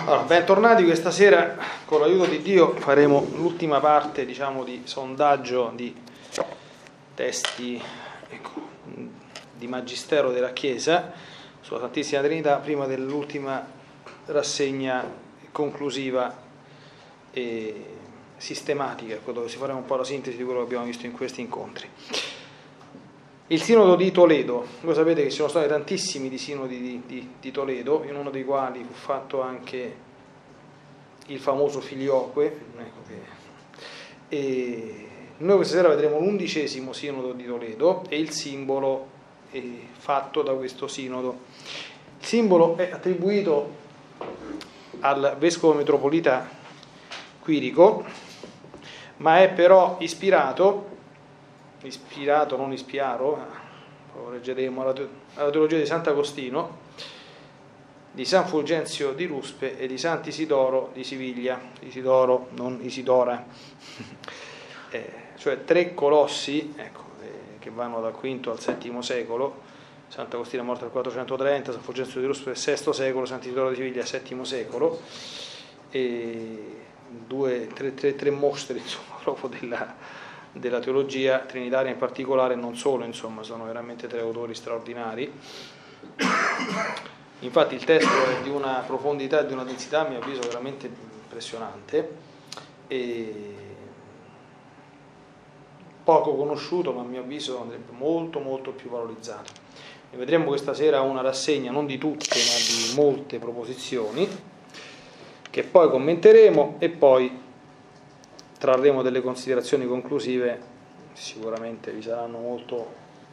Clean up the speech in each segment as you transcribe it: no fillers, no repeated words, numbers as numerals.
Allora, bentornati. Questa sera, con l'aiuto di Dio, faremo l'ultima parte, diciamo, di sondaggio di testi, di magistero della Chiesa sulla Santissima Trinità, prima dell'ultima rassegna conclusiva e sistematica, dove si farà un po' la sintesi di quello che abbiamo visto in questi incontri. Il Sinodo di Toledo. Voi sapete che ci sono stati tantissimi di sinodi di Toledo, in uno dei quali fu fatto anche il famoso Filioque. E noi questa sera vedremo l'11° Sinodo di Toledo e il simbolo fatto da questo Sinodo. Il simbolo è attribuito al Vescovo Metropolita Quirico, ma è però ispirato, non ispiaro, poi leggeremo alla teologia di Sant'Agostino, di San Fulgenzio di Ruspe e di Sant'Isidoro di Siviglia. Isidoro, non Isidora, cioè 3 colossi, che vanno dal V al VII secolo. Sant'Agostino è morto nel 430, San Fulgenzio di Ruspe nel VI secolo, Sant'Isidoro di Siviglia VII secolo, e tre mostri, insomma, proprio della teologia trinitaria in particolare, non solo, insomma, sono veramente 3 autori straordinari. Infatti il testo è di una profondità e di una densità, a mio avviso, veramente impressionante e poco conosciuto, ma a mio avviso andrebbe molto molto più valorizzato. E vedremo questa sera una rassegna non di tutte, ma di molte proposizioni che poi commenteremo e poi trarremo delle considerazioni conclusive, sicuramente vi saranno molto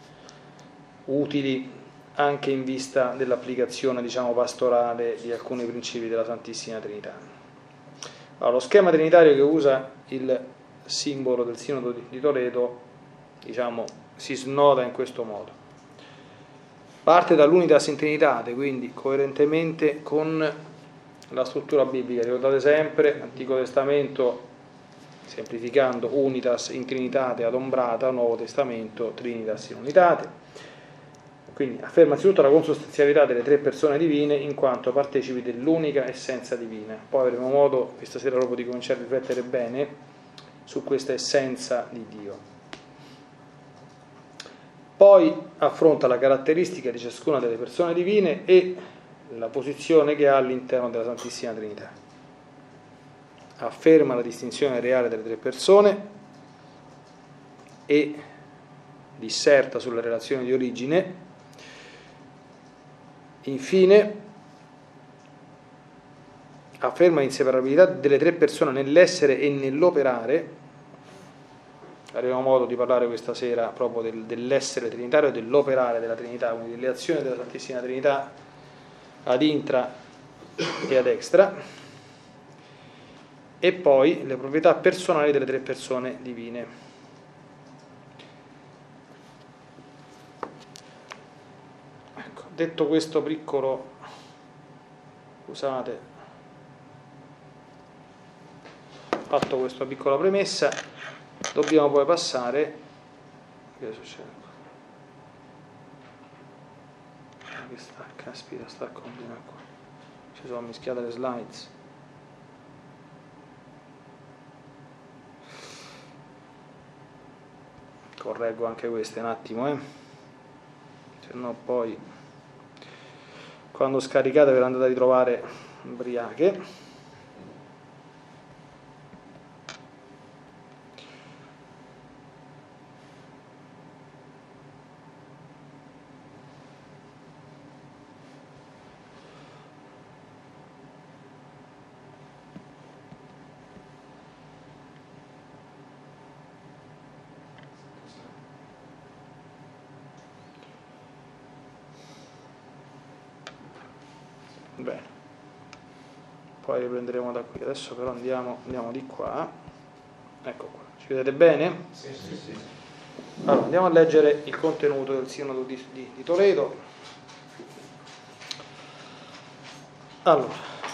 utili anche in vista dell'applicazione, diciamo, pastorale di alcuni principi della Santissima Trinità. Allora, lo schema trinitario che usa il simbolo del Sinodo di Toledo, diciamo, si snoda in questo modo. Parte dall'unitas in Trinitate, quindi coerentemente con la struttura biblica. Ricordate sempre, Antico Testamento, semplificando, unitas in Trinitate ad ombrata, Nuovo Testamento, Trinitas in unitate. Quindi afferma innanzitutto la consustanzialità delle 3 persone divine in quanto partecipi dell'unica essenza divina. Poi avremo modo questa sera proprio di cominciare a riflettere bene su questa essenza di Dio. Poi affronta la caratteristica di ciascuna delle persone divine e la posizione che ha all'interno della Santissima Trinità. Afferma la distinzione reale delle 3 persone e disserta sulle relazioni di origine. Infine afferma l'inseparabilità delle 3 persone nell'essere e nell'operare. Avremo modo di parlare questa sera proprio dell'essere trinitario e dell'operare della Trinità, quindi delle azioni della Santissima Trinità ad intra e ad extra, e poi le proprietà personali delle 3 persone divine. Ecco, detto questo piccolo, scusate, fatto questa piccola premessa, dobbiamo poi passare. Che succede? Che caspita sta combinando qua, ci sono mischiate le slides. Correggo anche queste un attimo, se no poi quando scaricate ve le andate a ritrovare ubriache. Bene, poi riprenderemo da qui. Adesso però andiamo di qua. Ecco qua, ci vedete bene? Sì. Allora, andiamo a leggere il contenuto del Sinodo di Toledo. Allora,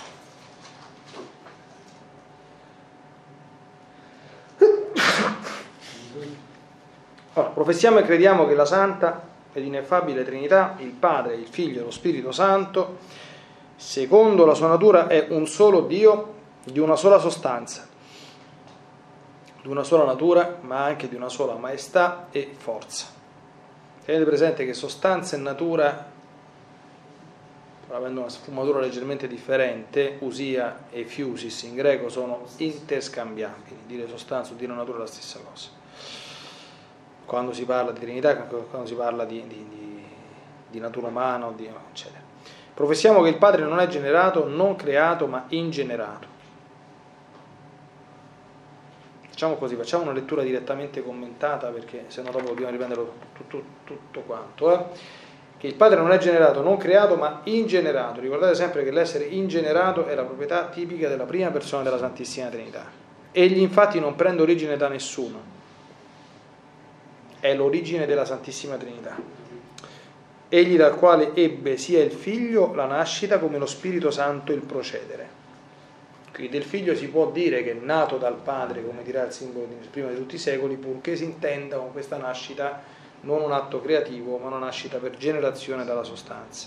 professiamo e crediamo che la Santa ed ineffabile Trinità, il Padre, il Figlio e lo Spirito Santo, secondo la sua natura è un solo Dio di una sola sostanza, di una sola natura, ma anche di una sola maestà e forza. Tenete presente che sostanza e natura, avendo una sfumatura leggermente differente, usia e fusis in greco sono interscambiabili. Dire sostanza o dire natura è la stessa cosa. Quando si parla di Trinità, quando si parla di natura umana, eccetera. Professiamo che il Padre non è generato, non creato, ma ingenerato. Facciamo così, facciamo una lettura direttamente commentata, perché se no dopo dobbiamo riprenderlo tutto quanto. Che il Padre non è generato, non creato, ma ingenerato. Ricordate sempre che l'essere ingenerato è la proprietà tipica della prima persona della Santissima Trinità. Egli infatti non prende origine da nessuno, è l'origine della Santissima Trinità. Egli dal quale ebbe sia il Figlio la nascita come lo Spirito Santo il procedere. Quindi del Figlio si può dire che è nato dal Padre, come dirà il simbolo prima di tutti i secoli, purché si intenda con questa nascita non un atto creativo, ma una nascita per generazione dalla sostanza.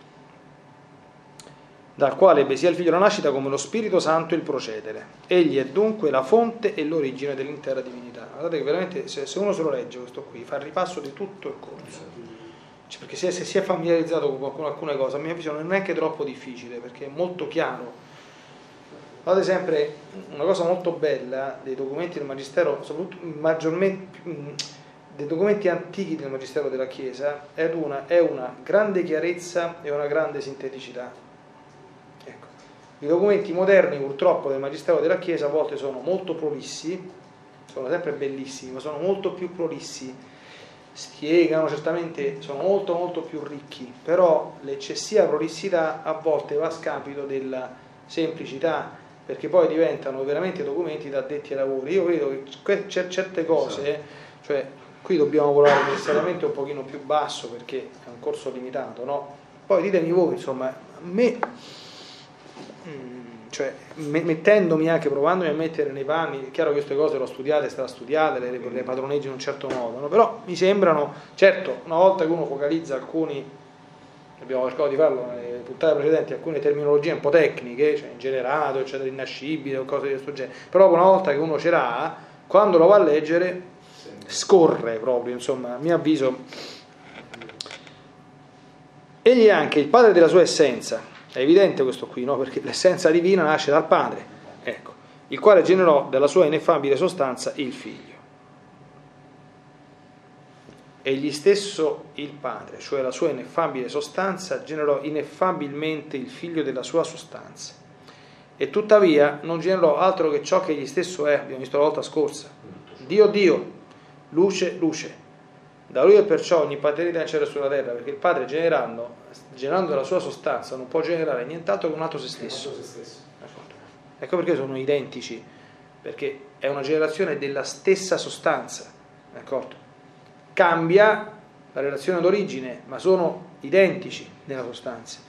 Dal quale ebbe sia il Figlio la nascita come lo Spirito Santo il procedere. Egli è dunque la fonte e l'origine dell'intera divinità. Guardate che veramente, se uno se lo legge questo qui, fa il ripasso di tutto il corso. Perché se si è familiarizzato con alcune cose, a mio avviso non è neanche troppo difficile, perché è molto chiaro. Guardate sempre, una cosa molto bella dei documenti del Magistero, soprattutto maggiormente dei documenti antichi del Magistero della Chiesa, è una grande chiarezza e una grande sinteticità. Ecco. I documenti moderni purtroppo del Magistero della Chiesa a volte sono molto prolissi, sono sempre bellissimi, ma sono molto più prolissi, spiegano certamente, sono molto molto più ricchi, però l'eccessiva prolissità a volte va a scapito della semplicità, perché poi diventano veramente documenti da addetti ai lavori. Io vedo che certe cose, cioè qui dobbiamo volare necessariamente un pochino più basso perché è un corso limitato, no? Poi ditemi voi, insomma, a me, cioè mettendomi anche, provandomi a mettere nei panni, è chiaro che queste cose le ho studiate, le padroneggi in un certo modo, no? Però mi sembrano, certo, una volta che uno focalizza alcuni, abbiamo cercato di farlo nelle puntate precedenti, alcune terminologie un po' tecniche, cioè ingenerato, eccetera, innascibile o cose di questo genere, però una volta che uno ce l'ha, quando lo va a leggere scorre proprio, insomma, a mio avviso. Egli è anche il Padre della sua essenza, è evidente questo qui, no? Perché l'essenza divina nasce dal Padre, ecco, il quale generò dalla sua ineffabile sostanza il Figlio. Egli stesso, il Padre, cioè la sua ineffabile sostanza, generò ineffabilmente il Figlio della sua sostanza. E tuttavia non generò altro che ciò che egli stesso è, abbiamo visto la volta scorsa. Dio, Dio, luce, luce. Da lui è perciò ogni paternità in cielo e sulla terra, perché il Padre generando la sua sostanza non può generare nient'altro che un altro se stesso. Ecco perché sono identici, perché è una generazione della stessa sostanza, d'accordo? Cambia la relazione d'origine, ma sono identici nella sostanza.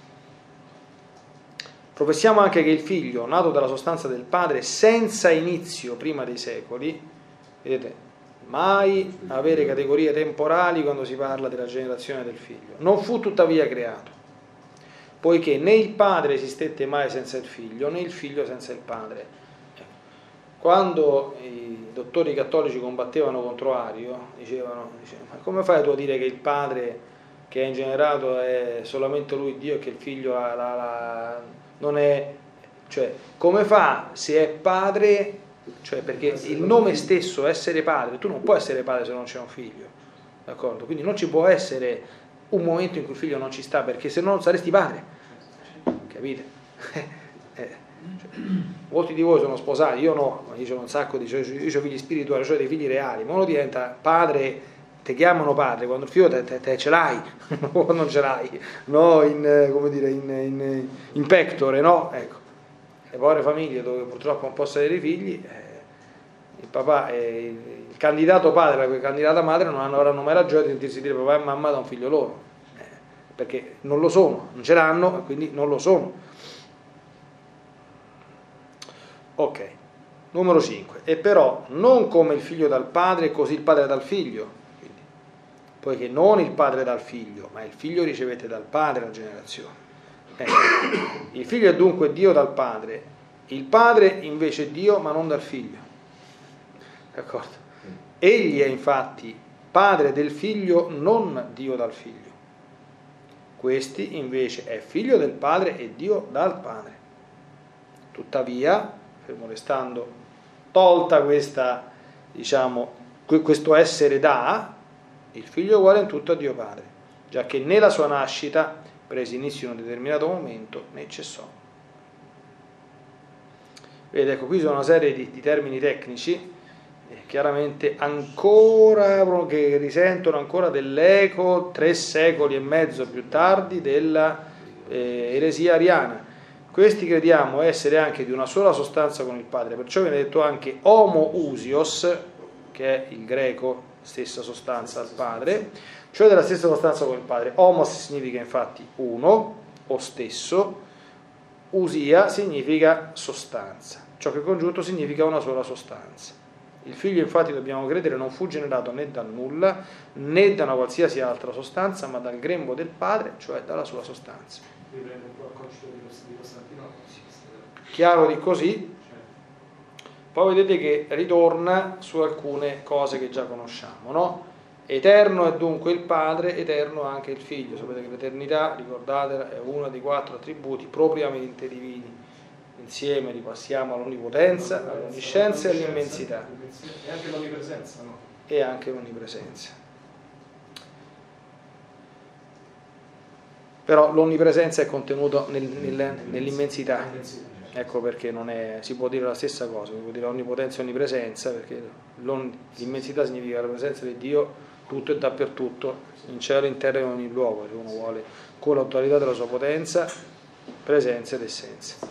Professiamo anche che il Figlio, nato dalla sostanza del Padre, senza inizio prima dei secoli, vedete, mai avere categorie temporali quando si parla della generazione del Figlio, non fu tuttavia creato, poiché né il Padre esistette mai senza il Figlio, né il Figlio senza il Padre. Quando i dottori cattolici combattevano contro Ario, dicevano, ma come fai tu a dire che il Padre che è ingenerato è solamente lui Dio e che il Figlio non è, cioè come fa se è padre, cioè perché il nome stesso, essere padre, tu non puoi essere padre se non c'è un figlio, d'accordo? Quindi non ci può essere un momento in cui il figlio non ci sta, perché se no non saresti padre, capite? Molti di voi sono sposati, io no, ma io ho un sacco di, io ho figli spirituali, cioè dei figli reali, ma uno diventa padre, ti chiamano padre quando il figlio te ce l'hai, quando non ce l'hai, no, in pectore, no? Ecco, le povere famiglie dove purtroppo non possono avere figli, il papà e il candidato padre e la candidata madre non avranno mai la gioia di sentirsi dire papà e mamma da un figlio loro, perché non lo sono, non ce l'hanno e quindi non lo sono. Ok, numero 5. E però non come il figlio dal padre, così il padre dal figlio. Quindi, poiché non il padre dal figlio, ma il figlio ricevette dal padre la generazione. Il figlio è dunque Dio dal padre, il padre invece è Dio ma non dal figlio. D'accordo? Egli è infatti padre del figlio, non Dio dal figlio. Questi invece è figlio del padre e Dio dal padre. Tuttavia, fermo restando, tolta questa, diciamo, questo essere da, il figlio è uguale in tutto a Dio Padre, già che né la sua nascita prese inizio in un determinato momento né cessò. Vedete, ecco, qui sono una serie di termini tecnici chiaramente ancora che risentono ancora dell'eco 3 secoli e mezzo più tardi della eresia ariana. Questi crediamo essere anche di una sola sostanza con il Padre, perciò viene detto anche homoousios, che è il greco, stessa sostanza al Padre, cioè della stessa sostanza con il Padre. Homos significa infatti uno o stesso, usia significa sostanza, ciò che congiunto significa una sola sostanza. Il figlio infatti dobbiamo credere non fu generato né dal nulla né da una qualsiasi altra sostanza, ma dal grembo del Padre, cioè dalla sua sostanza. Riprende un po' il concetto di Costantino. Chiaro di così. Poi vedete che ritorna su alcune cose che già conosciamo, no? Eterno è dunque il Padre, eterno anche il Figlio. Sapete che l'eternità, ricordatela, è uno dei 4 attributi propriamente divini. Insieme ripassiamo all'onnipotenza, all'onniscienza e all'immensità. E anche l'onnipresenza, no? E anche l'onnipresenza. Però l'onnipresenza è contenuta nell'immensità. Ecco perché non è, si può dire la stessa cosa, si può dire onnipotenza e onnipresenza, perché l'immensità significa la presenza di Dio tutto e dappertutto, in cielo, in terra e in ogni luogo, se uno vuole, con l'autorità della sua potenza, presenza ed essenza.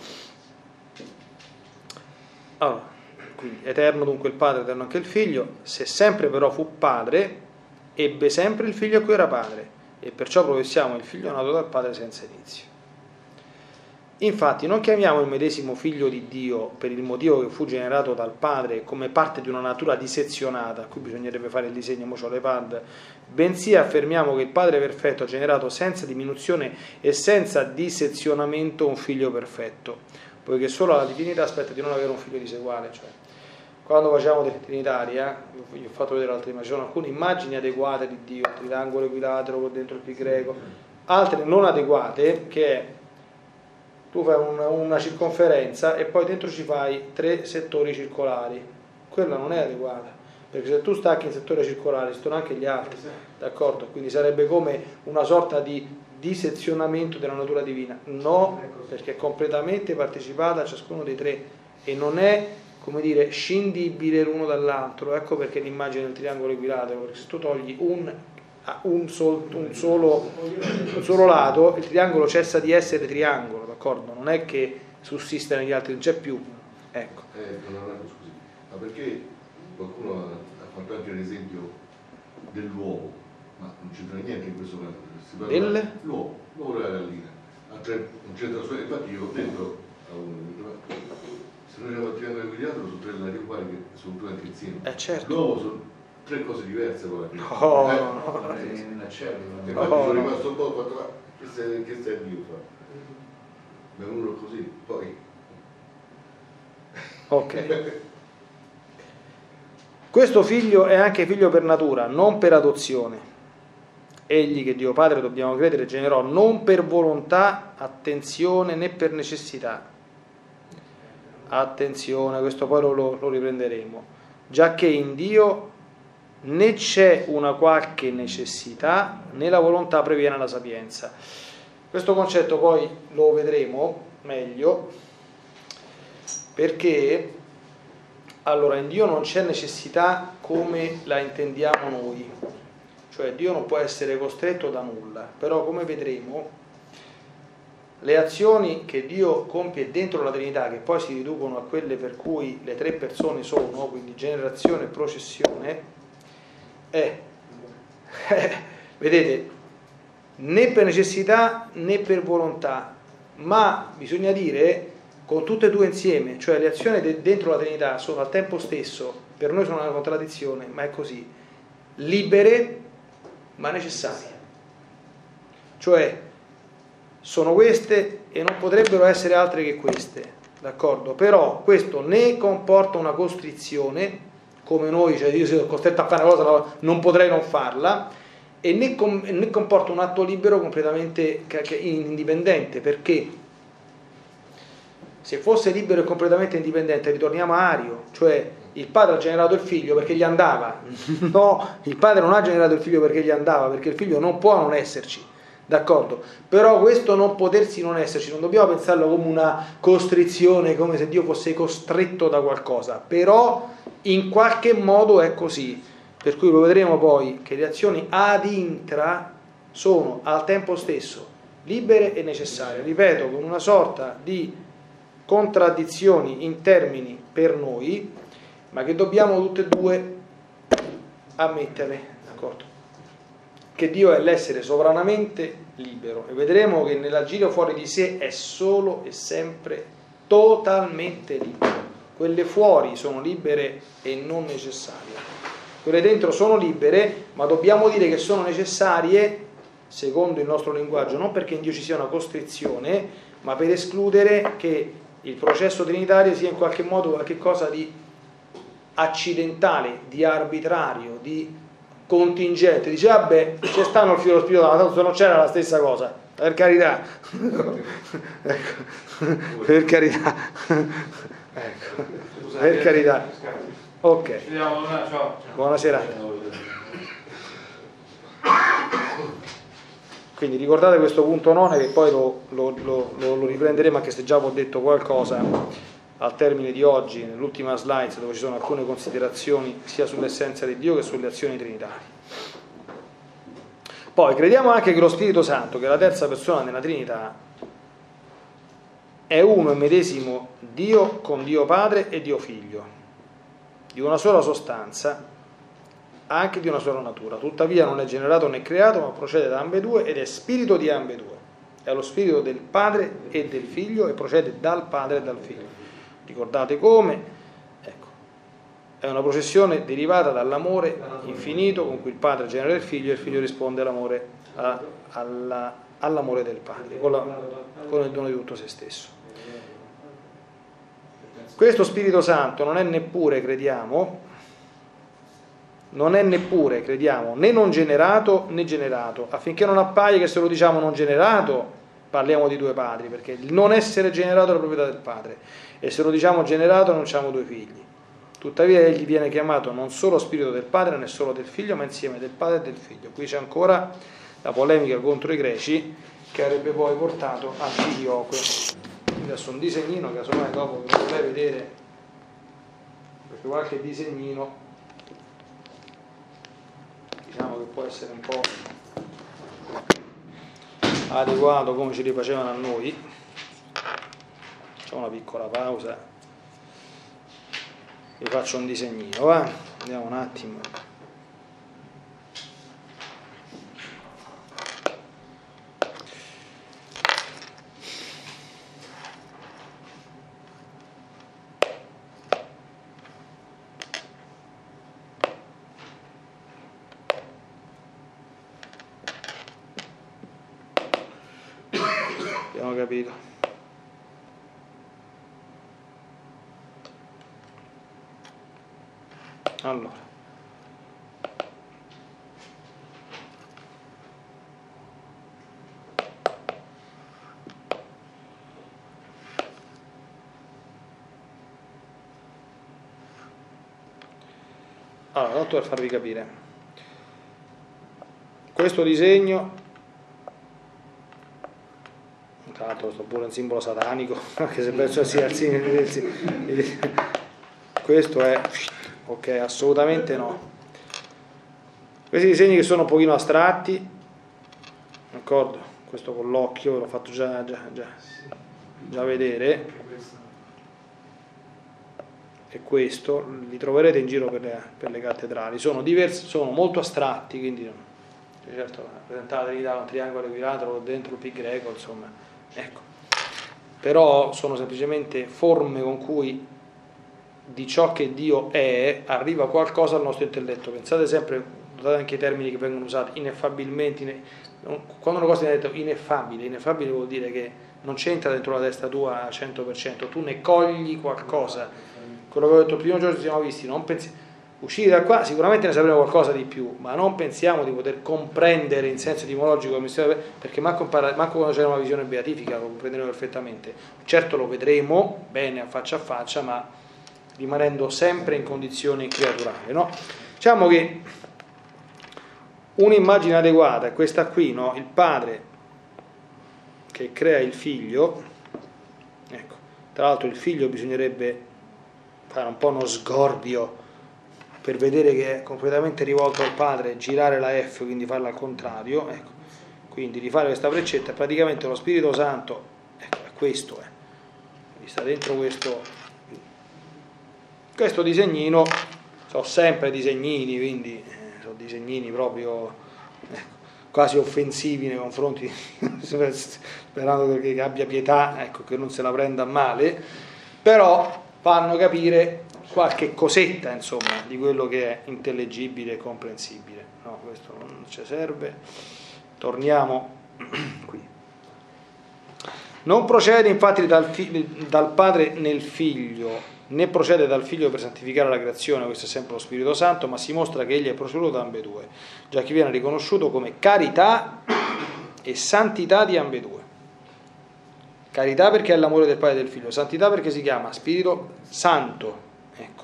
Allora, quindi eterno dunque il Padre, eterno anche il Figlio. Se sempre però fu Padre, ebbe sempre il Figlio a cui era Padre, e perciò professiamo il Figlio nato dal Padre senza inizio. Infatti non chiamiamo il medesimo Figlio di Dio per il motivo che fu generato dal Padre come parte di una natura dissezionata, qui bisognerebbe fare il disegno, mo c'ho l'iPad, bensì affermiamo che il Padre perfetto ha generato senza diminuzione e senza dissezionamento un Figlio perfetto, poiché solo la divinità aspetta di non avere un figlio diseguale. Cioè, quando facciamo delle trinitaria, vi ho fatto vedere l'altra immagine, ci sono alcune immagini adeguate di Dio, il tritangolo equilatero con dentro il pi greco, altre non adeguate, che è tu fai una circonferenza e poi dentro ci fai 3 settori circolari. Quella non è adeguata, perché se tu stacchi in settore circolare ci sono anche gli altri, d'accordo? Quindi sarebbe come una sorta di dissezionamento della natura divina. No, perché è completamente partecipata a ciascuno dei 3 e non è, come dire, scindibile l'uno dall'altro. Ecco perché l'immagine del triangolo equilatero, perché se tu togli un solo lato, il triangolo cessa di essere triangolo, d'accordo? Non è che sussiste negli altri, non c'è più. Ecco. Scusi, ma perché qualcuno ha fatto anche l'esempio dell'uovo, ma non c'entra niente in questo caso. Si parla l'uovo della gallina, non c'entra solo, infatti io ho detto a uno, se noi abbiamo il triangolo equilibrato sono 3 lati uguali che sono 2 anche insieme. Certo. L'uovo sono 3 cose diverse poi. Nella cellula. Infatti sono rimasto un po' quattro, che stai Dio fa? Ma uno così, poi. Ok. Questo figlio è anche figlio per natura, non per adozione. Egli che Dio Padre dobbiamo credere generò non per volontà, attenzione, né per necessità. Attenzione, questo poi lo riprenderemo. Giacché in Dio né c'è una qualche necessità né la volontà previene la sapienza. Questo concetto poi lo vedremo meglio, perché allora in Dio non c'è necessità come la intendiamo noi, cioè Dio non può essere costretto da nulla, però come vedremo le azioni che Dio compie dentro la Trinità, che poi si riducono a quelle per cui le 3 persone sono, quindi generazione e processione, vedete, né per necessità né per volontà, ma bisogna dire con tutte e 2 insieme, cioè le azioni dentro la Trinità sono al tempo stesso, per noi sono una contraddizione, ma è così, libere ma necessarie. Cioè sono queste e non potrebbero essere altre che queste, d'accordo? Però questo né comporta una costrizione, come noi, cioè io sono costretto a fare una cosa, non potrei non farla, e né comporta un atto libero completamente indipendente, perché se fosse libero e completamente indipendente ritorniamo a Ario, cioè il padre ha generato il figlio perché gli andava. No, il padre non ha generato il figlio perché gli andava, perché il figlio non può non esserci, d'accordo? Però questo non potersi non esserci, non dobbiamo pensarlo come una costrizione, come se Dio fosse costretto da qualcosa, però in qualche modo è così, per cui lo vedremo poi che le azioni ad intra sono al tempo stesso libere e necessarie, ripeto, con una sorta di contraddizioni in termini per noi, ma che dobbiamo tutte e due ammettere, d'accordo? Che Dio è l'essere sovranamente libero, e vedremo che nell'agire fuori di sé è solo e sempre totalmente libero. Quelle fuori sono libere e non necessarie, quelle dentro sono libere, ma dobbiamo dire che sono necessarie secondo il nostro linguaggio, non perché in Dio ci sia una costrizione, ma per escludere che il processo trinitario sia in qualche modo qualche cosa di accidentale, di arbitrario, di contingente. Dice, vabbè, c'è stanno il figlio dello Spirito Santo, se non c'era la stessa cosa, per carità. Ecco. Per carità. Ecco. Per carità. Ok. Buonasera. Quindi ricordate questo punto 9, che poi lo riprenderemo, anche se già vi ho detto qualcosa al termine di oggi, nell'ultima slide, dove ci sono alcune considerazioni sia sull'essenza di Dio che sulle azioni trinitarie. Poi crediamo anche che lo Spirito Santo, che è la terza persona nella Trinità, è uno e medesimo Dio con Dio Padre e Dio Figlio, di una sola sostanza, anche di una sola natura, tuttavia non è generato né creato, ma procede da ambedue ed è spirito di ambedue, è lo spirito del Padre e del Figlio e procede dal Padre e dal Figlio. Ricordate come? Ecco, è una processione derivata dall'amore infinito con cui il Padre genera il Figlio e il Figlio risponde all'amore del Padre, con il dono di tutto se stesso. Questo Spirito Santo non è neppure, crediamo, né non generato né generato, affinché non appaia che se lo diciamo non generato parliamo di due padri, perché il non essere generato è la proprietà del Padre, e se lo diciamo generato annunciamo due figli. Tuttavia egli viene chiamato non solo Spirito del Padre né solo del Figlio, ma insieme del Padre e del Figlio. Qui c'è ancora la polemica contro i greci, che avrebbe poi portato a Filioque. Adesso un disegnino, casomai dopo vi vorrei vedere, perché qualche disegnino diciamo che può essere un po' adeguato come ci rifacevano a noi. Facciamo una piccola pausa, vi faccio un disegnino, va? Andiamo un attimo. Abbiamo capito. Allora, tanto per farvi capire, questo disegno, tra l'altro sto pure un simbolo satanico, anche se penso sia questo è, ok, assolutamente no. Questi disegni che sono un pochino astratti, d'accordo? Questo con l'occhio ve l'ho fatto già vedere, e questo li troverete in giro per le cattedrali. Sono diversi, sono molto astratti, quindi certo rappresentata la Trinità con un triangolo equilatero dentro il pi greco, insomma, ecco. Però sono semplicemente forme con cui di ciò che Dio è arriva qualcosa al nostro intelletto. Pensate sempre, notate anche i termini che vengono usati, ineffabilmente, quando una cosa viene detto ineffabile vuol dire che non c'entra dentro la testa tua al 100%, tu ne cogli qualcosa. Quello che ho detto il primo giorno ci siamo visti, non pensi, uscire da qua sicuramente ne sapremo qualcosa di più, ma non pensiamo di poter comprendere in senso etimologico perché manco quando c'è una visione beatifica lo comprenderemo perfettamente. Certo lo vedremo bene a faccia, ma rimanendo sempre in condizioni creaturali, no? Diciamo che un'immagine adeguata è questa qui, no? Il padre che crea il figlio, ecco, tra l'altro il figlio bisognerebbe fare un po' uno sgorbio per vedere che è completamente rivolto al padre, girare la F, quindi farla al contrario, ecco. Quindi rifare questa freccetta, praticamente lo Spirito Santo, ecco, è questo, quindi sta dentro questo disegnino, sono sempre disegnini, quindi sono disegnini proprio quasi offensivi nei confronti, sperando che abbia pietà, ecco, che non se la prenda a male, però fanno capire qualche cosetta, insomma, di quello che è intellegibile e comprensibile. No, questo non ci serve. Torniamo qui. Non procede infatti dal padre nel figlio, né procede dal figlio per santificare la creazione, questo è sempre lo Spirito Santo, ma si mostra che egli è proceduto da ambedue, già che viene riconosciuto come carità e santità di ambedue. Carità perché è l'amore del padre e del figlio, santità perché si chiama Spirito Santo. Ecco.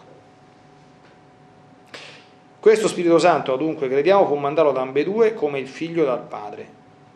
Questo Spirito Santo, dunque, crediamo, può mandarlo da ambedue come il figlio dal padre,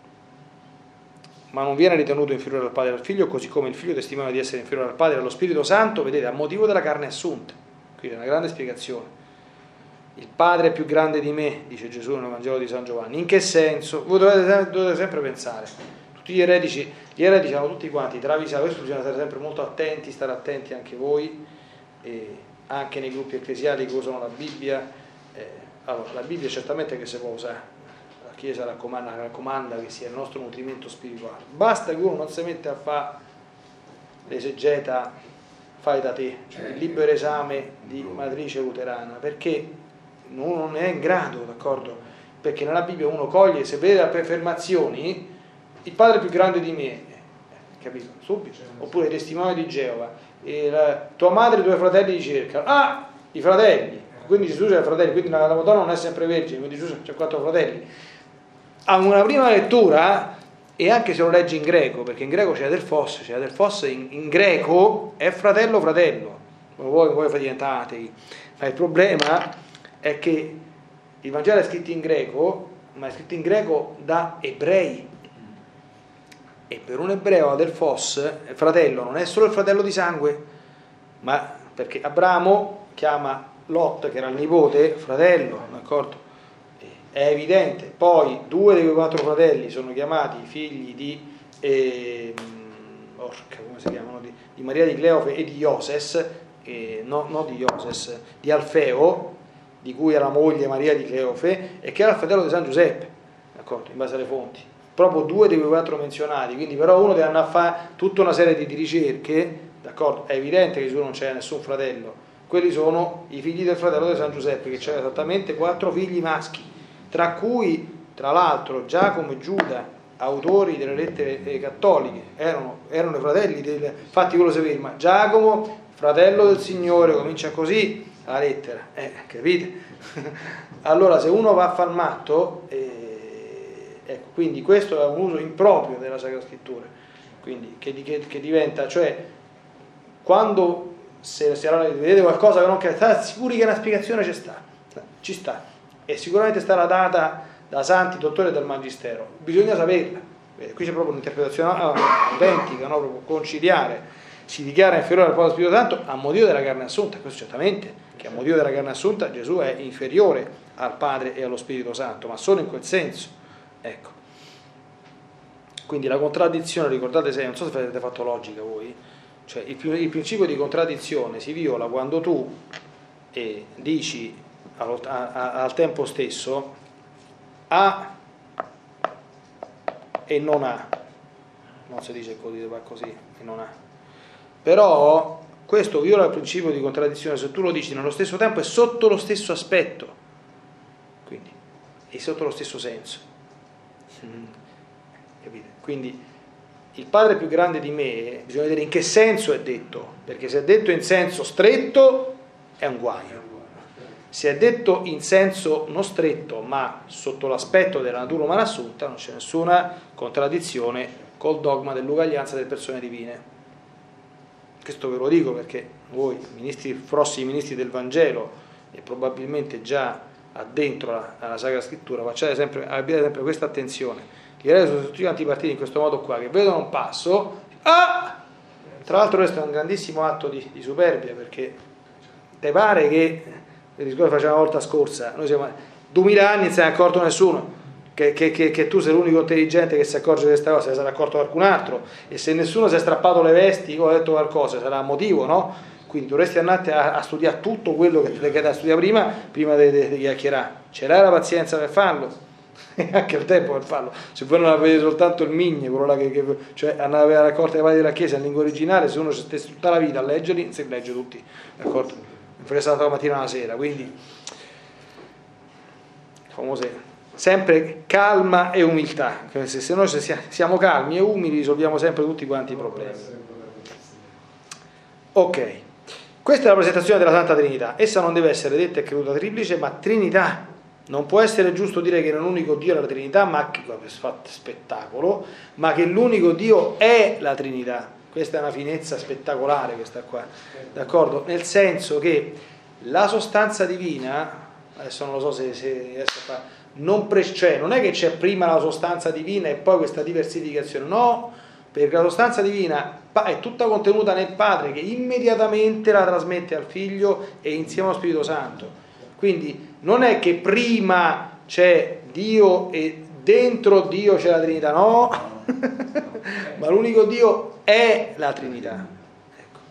ma non viene ritenuto inferiore al padre e al figlio, così come il figlio testimonia di essere inferiore al padre e allo Spirito Santo, vedete, a motivo della carne assunta. Quindi è una grande spiegazione. Il padre è più grande di me, dice Gesù nel Vangelo di San Giovanni. In che senso? Voi dovete sempre pensare, tutti gli eretici hanno tutti quanti travisati, questo bisogna stare sempre molto attenti, stare attenti anche voi, e anche nei gruppi ecclesiali che usano la Bibbia. Allora, la Bibbia certamente che si può usare, la Chiesa raccomanda che sia il nostro nutrimento spirituale, basta che uno non si mette a fare l'esegeta fai da te, cioè il libero esame di matrice luterana, perché uno non è in grado, d'accordo? Perché nella Bibbia uno coglie, se vede le affermazioni, il padre più grande di me, capito? Subito. Oppure i testimoni di Geova, tua madre e i tuoi fratelli ti cercano, i fratelli, quindi Gesù c'ha fratelli, quindi la Madonna non è sempre vergine, quindi Gesù c'ha 4 fratelli. A una prima lettura, e anche se lo leggi in greco, perché in greco c'è del fosse in greco è fratello, voi fate diventare atei, ma il problema è che il Vangelo è scritto in greco, ma è scritto in greco da ebrei, e per un ebreo del il fratello non è solo il fratello di sangue, ma perché Abramo chiama Lot, che era il nipote, fratello, d'accordo? È evidente. Poi 2 dei 4 fratelli sono chiamati figli di come si chiamano? Di Maria di Cleofe e di Ioses, no di Ioses, di Alfeo, di cui era moglie Maria di Cleofe, e che era il fratello di San Giuseppe, d'accordo? In base alle fonti. Proprio 2 dei 4 menzionati, quindi però uno deve andare a fare tutta una serie di ricerche, d'accordo? È evidente che Gesù non c'è nessun fratello. Quelli sono i figli del fratello di San Giuseppe, che c'era esattamente 4 figli maschi, tra cui, tra l'altro, Giacomo e Giuda, autori delle lettere cattoliche, erano i fratelli infatti quello si ferma, Giacomo, fratello del Signore, comincia così la lettera, capite? Allora, se uno va a far matto, ecco, quindi questo è un uso improprio della Sacra Scrittura, quindi che diventa, cioè, quando se vedete qualcosa che non state sicuri che una spiegazione ci sta, e sicuramente starà data da santi dottori del magistero, bisogna saperla. Qui c'è proprio un'interpretazione autentica, no? Proprio conciliare. Si dichiara inferiore al Padre Spirito Santo a motivo della carne assunta, questo certamente, che a motivo della carne assunta Gesù è inferiore al Padre e allo Spirito Santo, ma solo in quel senso, ecco. Quindi la contraddizione, ricordate sempre, non so se avete fatto logica voi, cioè il principio di contraddizione si viola quando tu dici al tempo stesso A e non A, non si dice così, va così e non A, però questo viola il principio di contraddizione se tu lo dici nello stesso tempo e sotto lo stesso aspetto. Quindi è sotto lo stesso senso. Capite? Quindi il Padre è più grande di me, bisogna vedere in che senso è detto, perché se è detto in senso stretto è un guaio. Se è detto in senso non stretto, ma sotto l'aspetto della natura umana assunta, non c'è nessuna contraddizione col dogma dell'uguaglianza delle persone divine. Questo ve lo dico perché voi, prossimi ministri del Vangelo, e probabilmente già addentro alla Sacra Scrittura, abbiate sempre questa attenzione. Gli eredi sono tutti quanti partiti in questo modo qua, che vedono un passo, tra l'altro questo è un grandissimo atto di superbia, perché te pare che, il discorso che facciamo la volta scorsa, noi siamo 2000 anni non se ne è accorto nessuno, che tu sei l'unico intelligente che si accorge di questa cosa, se ne sarà accorto qualcun altro, e se nessuno si è strappato le vesti o ha detto qualcosa, sarà motivo, no? Quindi dovresti andare a studiare tutto quello che da studiare prima di chiacchierare. C'era la pazienza per farlo, e anche il tempo per farlo. Se voi non avete soltanto il migne, quello là cioè andare a raccolta dei padri della Chiesa in lingua originale, se uno ci stesse tutta la vita a leggerli, non si legge tutti, d'accordo? Mi farei stata la mattina e la sera, quindi famose sempre calma e umiltà. Se noi siamo calmi e umili risolviamo sempre tutti quanti i problemi. Ok, questa è la presentazione della Santa Trinità. Essa non deve essere detta e creduta triplice, ma Trinità. Non può essere giusto dire che non l'unico Dio è la Trinità, ma che spettacolo, ma che l'unico Dio è la Trinità. Questa è una finezza spettacolare, questa qua, d'accordo? Nel senso che la sostanza divina, adesso non lo so se riesco a fare, non è che c'è prima la sostanza divina e poi questa diversificazione, no, perché la sostanza divina è tutta contenuta nel Padre, che immediatamente la trasmette al Figlio e insieme allo Spirito Santo. Quindi non è che prima c'è Dio e dentro Dio c'è la Trinità, no, ma l'unico Dio è la Trinità. Ecco.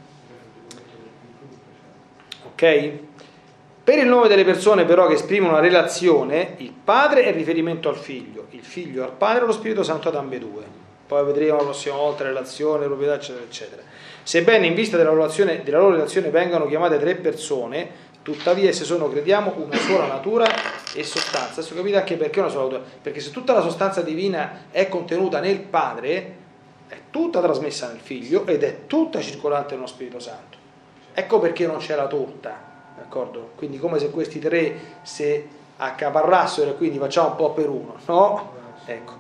Ok? Per il nome delle persone però che esprimono una relazione, il Padre è riferimento al Figlio, il Figlio al Padre e lo Spirito Santo ad ambedue. Poi vedremo la prossima volta relazione, proprietà, eccetera, eccetera. Sebbene in vista della loro relazione vengano chiamate tre persone, tuttavia esse sono, crediamo, una sola natura e sostanza. Adesso capite anche perché una sola natura? Perché se tutta la sostanza divina è contenuta nel Padre, è tutta trasmessa nel Figlio ed è tutta circolante nello Spirito Santo. Ecco perché non c'è la torta, d'accordo? Quindi come se questi tre si accaparrassero e quindi facciamo un po' per uno, no? Ecco.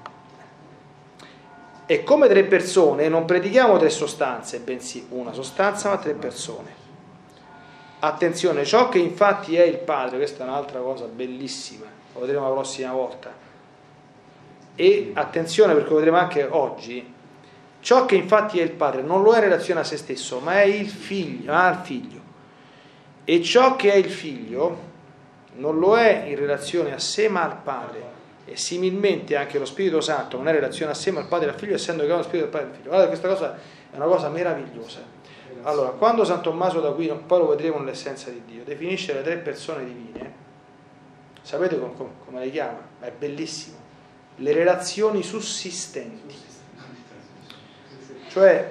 E come tre persone non predichiamo tre sostanze, bensì una sostanza ma tre persone. Attenzione, ciò che infatti è il Padre, questa è un'altra cosa bellissima, lo vedremo la prossima volta. E attenzione, perché lo vedremo anche oggi, ciò che infatti è il Padre non lo è in relazione a se stesso, ma è il Figlio, al Figlio. E ciò che è il Figlio non lo è in relazione a sé ma al Padre. E similmente anche lo Spirito Santo non è in relazione a sé ma al Padre e al Figlio, essendo che è lo Spirito del Padre e del Figlio. Guardate, questa cosa è una cosa meravigliosa. Allora, quando San Tommaso d'Aquino, poi lo vedremo nell'essenza di Dio, definisce le tre persone divine, sapete come le chiama? È bellissimo. Le relazioni sussistenti. Cioè,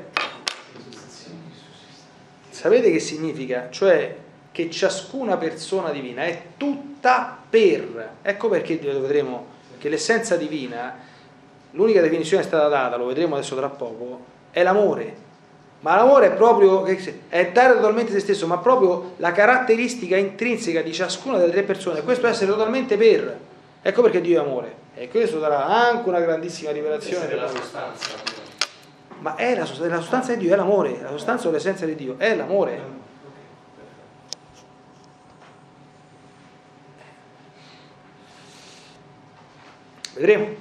sapete che significa? Cioè che ciascuna persona divina è tutta per. Ecco perché lo vedremo che l'essenza divina, l'unica definizione è stata data, lo vedremo adesso tra poco, è l'amore. Ma l'amore è proprio, è dare totalmente se stesso, ma proprio la caratteristica intrinseca di ciascuna delle tre persone, questo è essere totalmente per. Ecco perché Dio è amore. E questo darà anche una grandissima rivelazione della sostanza. Ma è la sostanza di Dio, è l'amore, la sostanza o l'essenza di Dio è l'amore. Vedremo.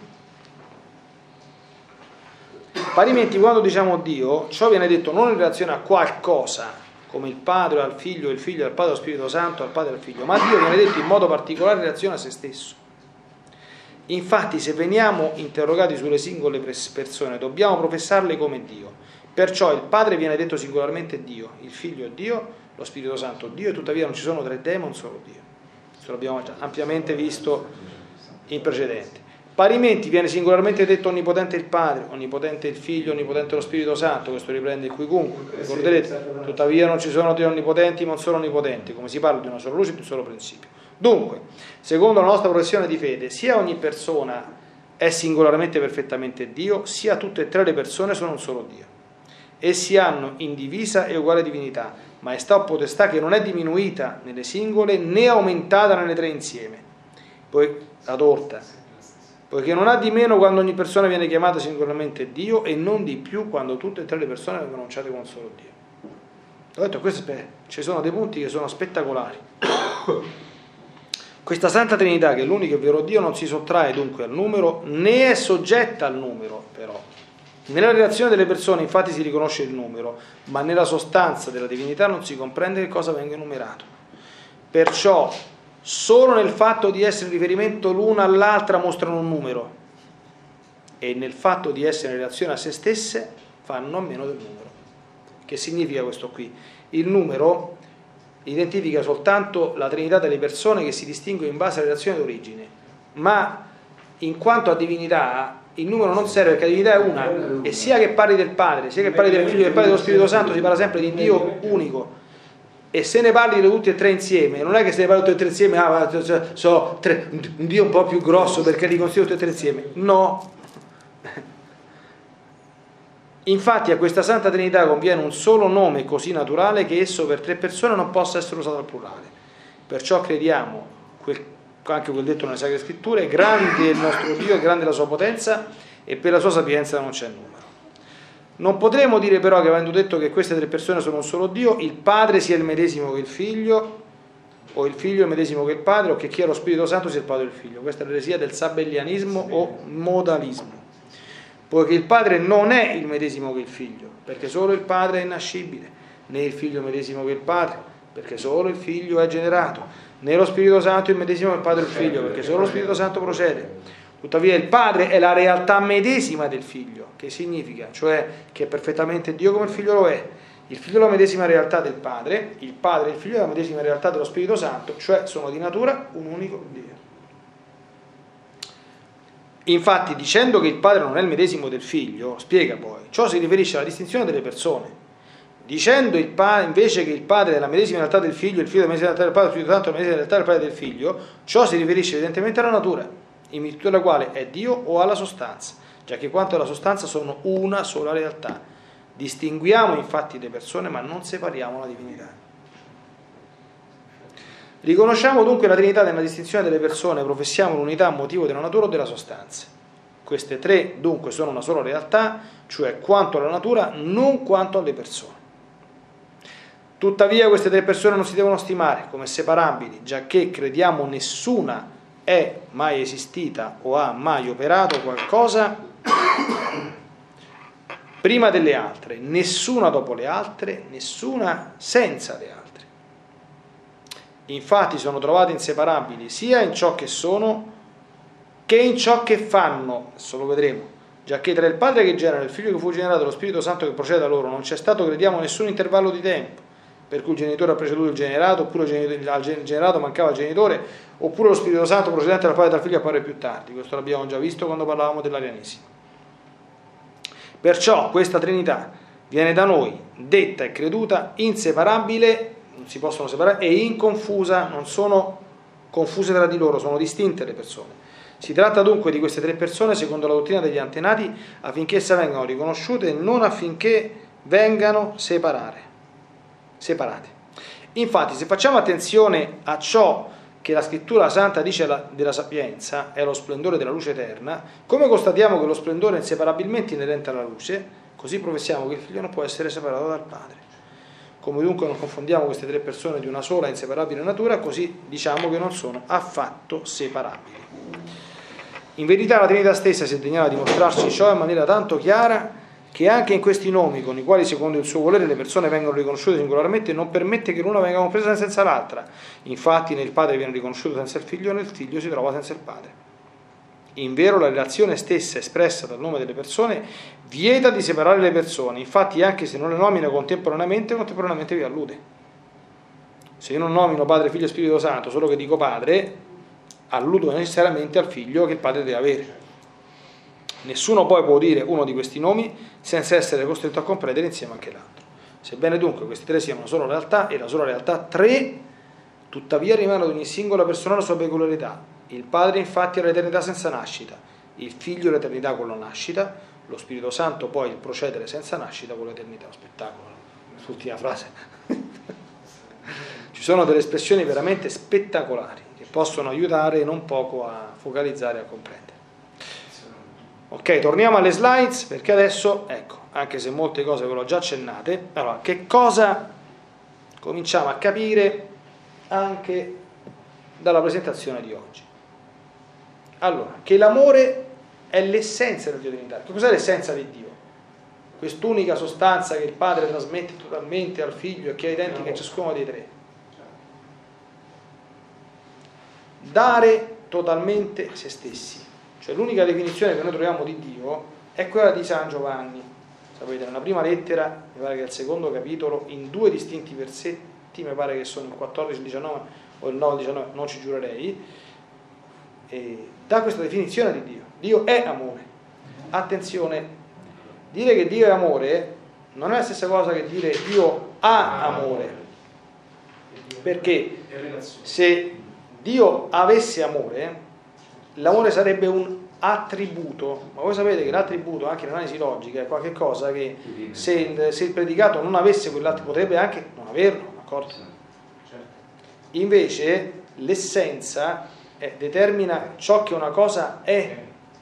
Parimenti quando diciamo Dio, ciò viene detto non in relazione a qualcosa, come il Padre al Figlio, il Figlio al Padre, lo Spirito Santo al Padre e al Figlio, ma Dio viene detto in modo particolare in relazione a se stesso. Infatti se veniamo interrogati sulle singole persone dobbiamo professarle come Dio. Perciò il Padre viene detto singolarmente Dio, il Figlio è Dio, lo Spirito Santo Dio, e tuttavia non ci sono tre dei, ma un solo Dio. Questo l'abbiamo già ampiamente visto in precedente. Parimenti viene singolarmente detto onnipotente il Padre, onnipotente il Figlio, onnipotente lo Spirito Santo, questo riprende il quicunque, ricorderete, tuttavia non ci sono tre onnipotenti ma un solo onnipotente, come si parla di una sola luce e di un solo principio. Dunque, secondo la nostra professione di fede, sia ogni persona è singolarmente perfettamente Dio, sia tutte e tre le persone sono un solo Dio. Essi hanno indivisa e uguale divinità, maestà o potestà che non è diminuita nelle singole né aumentata nelle tre insieme, poi la torta, poiché non ha di meno quando ogni persona viene chiamata singolarmente Dio e non di più quando tutte e tre le persone vengono annunciate come un solo Dio. Ho detto, ci sono dei punti che sono spettacolari. Questa Santa Trinità, che è l'unico e vero Dio, non si sottrae dunque al numero, né è soggetta al numero, però. Nella relazione delle persone infatti si riconosce il numero, ma nella sostanza della divinità non si comprende che cosa venga enumerato. Perciò, solo nel fatto di essere riferimento l'una all'altra mostrano un numero, e nel fatto di essere in relazione a se stesse fanno a meno del numero. Che significa questo qui? Il numero identifica soltanto la Trinità delle persone che si distingue in base alla relazione d'origine, ma in quanto a divinità il numero non serve, perché la divinità è una, e sia che parli del Padre, sia che parli del Figlio, che parli dello Spirito Santo, si parla sempre di Dio unico, e se ne parli di tutti e tre insieme, non è che se ne parli tutti e tre insieme, un Dio un po' più grosso perché li considero tutti e tre insieme, no. Infatti a questa Santa Trinità conviene un solo nome così naturale che esso per tre persone non possa essere usato al plurale. Perciò crediamo, anche quel detto nelle Sacre Scritture, grande è il nostro Dio e grande la sua potenza e per la sua sapienza non c'è numero. Non potremo dire però che, avendo detto che queste tre persone sono un solo Dio, il Padre sia il medesimo che il Figlio, o il Figlio il medesimo che il Padre, o che chi è lo Spirito Santo sia il Padre e il Figlio. Questa è l'eresia del sabellianismo o modalismo. Poiché il Padre non è il medesimo che il Figlio, perché solo il Padre è innascibile, né il Figlio il medesimo che il Padre, perché solo il Figlio è generato, né lo Spirito Santo il medesimo che il Padre e il Figlio, perché solo lo Spirito Santo procede. Tuttavia il Padre è la realtà medesima del Figlio, che significa, cioè che è perfettamente Dio come il Figlio lo è. Il Figlio è la medesima realtà del Padre, il Padre e il Figlio è la medesima realtà dello Spirito Santo, cioè sono di natura un unico Dio. Infatti, dicendo che il Padre non è il medesimo del Figlio, spiega poi, ciò si riferisce alla distinzione delle persone. Dicendo il Padre invece che il Padre è la medesima realtà del Figlio, il Figlio è la medesima realtà del Padre, il Spirito Santo è la medesima realtà del Padre e del Figlio, ciò si riferisce evidentemente alla natura, in virtù della quale è Dio, o alla sostanza, già che quanto alla sostanza sono una sola realtà. Distinguiamo infatti le persone, ma non separiamo la divinità. Riconosciamo dunque la Trinità nella distinzione delle persone, professiamo l'unità a motivo della natura o della sostanza. Queste tre dunque sono una sola realtà, cioè quanto alla natura, non quanto alle persone. Tuttavia queste tre persone non si devono stimare come separabili, giacché crediamo nessuna è mai esistita o ha mai operato qualcosa prima delle altre, nessuna dopo le altre, nessuna senza le altre. Infatti sono trovate inseparabili sia in ciò che sono che in ciò che fanno, adesso lo vedremo, giacché tra il Padre che genera, il Figlio che fu generato e lo Spirito Santo che procede da loro non c'è stato, crediamo, nessun intervallo di tempo, per cui il genitore ha preceduto il generato, oppure al generato mancava il genitore, oppure lo Spirito Santo procedente dal Padre e dal Figlio appare più tardi. Questo l'abbiamo già visto quando parlavamo dell'arianesimo. Perciò questa Trinità viene da noi detta e creduta inseparabile, non si possono separare, e inconfusa, non sono confuse tra di loro, sono distinte le persone. Si tratta dunque di queste tre persone secondo la dottrina degli antenati, affinché esse vengano riconosciute e non affinché vengano separate. Infatti, se facciamo attenzione a ciò che la Scrittura Santa dice della sapienza, è lo splendore della luce eterna, come constatiamo che lo splendore è inseparabilmente inerente alla luce, così professiamo che il Figlio non può essere separato dal Padre. Come dunque non confondiamo queste tre persone di una sola inseparabile natura, così diciamo che non sono affatto separabili. In verità la Trinità stessa si è degnata di mostrarci ciò in maniera tanto chiara che anche in questi nomi, con i quali secondo il suo volere le persone vengono riconosciute singolarmente, non permette che l'una venga compresa senza l'altra. Infatti nel Padre viene riconosciuto senza il Figlio, nel Figlio si trova senza il Padre. Invero la relazione stessa espressa dal nome delle persone vieta di separare le persone, infatti anche se non le nomina contemporaneamente vi allude. Se io non nomino Padre, Figlio e Spirito Santo, solo che dico Padre, alludo necessariamente al Figlio che il Padre deve avere. Nessuno poi può dire uno di questi nomi senza essere costretto a comprendere insieme anche l'altro. Sebbene dunque questi tre siano una sola realtà e la sola realtà tre, Tuttavia rimane ad ogni singola persona la sua peculiarità. Il Padre infatti è l'eternità senza nascita, il Figlio l'eternità con la nascita, lo Spirito Santo poi il procedere senza nascita con l'eternità. Spettacolo, l'ultima frase. Ci sono delle espressioni veramente spettacolari che possono aiutare non poco a focalizzare e a comprendere. Ok, torniamo alle slides, perché adesso, ecco, anche se molte cose ve l'ho già accennate, allora, che cosa cominciamo a capire anche dalla presentazione di oggi? Allora, che l'amore è l'essenza del Dio Trinitario. Che cos'è l'essenza di Dio? Quest'unica sostanza che il Padre trasmette totalmente al Figlio e che è identica in ciascuno dei tre. Dare totalmente se stessi. Cioè l'unica definizione che noi troviamo di Dio è quella di San Giovanni. Sapete, nella prima lettera, mi pare che è il secondo capitolo, in 2 distinti versetti, mi pare che sono il 14-19 o il 9-19, non ci giurerei, e dà questa definizione di Dio. Dio è amore. Attenzione, dire che Dio è amore non è la stessa cosa che dire Dio ha amore, perché se Dio avesse amore, l'amore sarebbe un attributo, ma voi sapete che l'attributo, anche in analisi logica, è qualche cosa che se il predicato non avesse quell'attributo, potrebbe anche non averlo, d'accordo? Invece l'essenza determina ciò che una cosa è.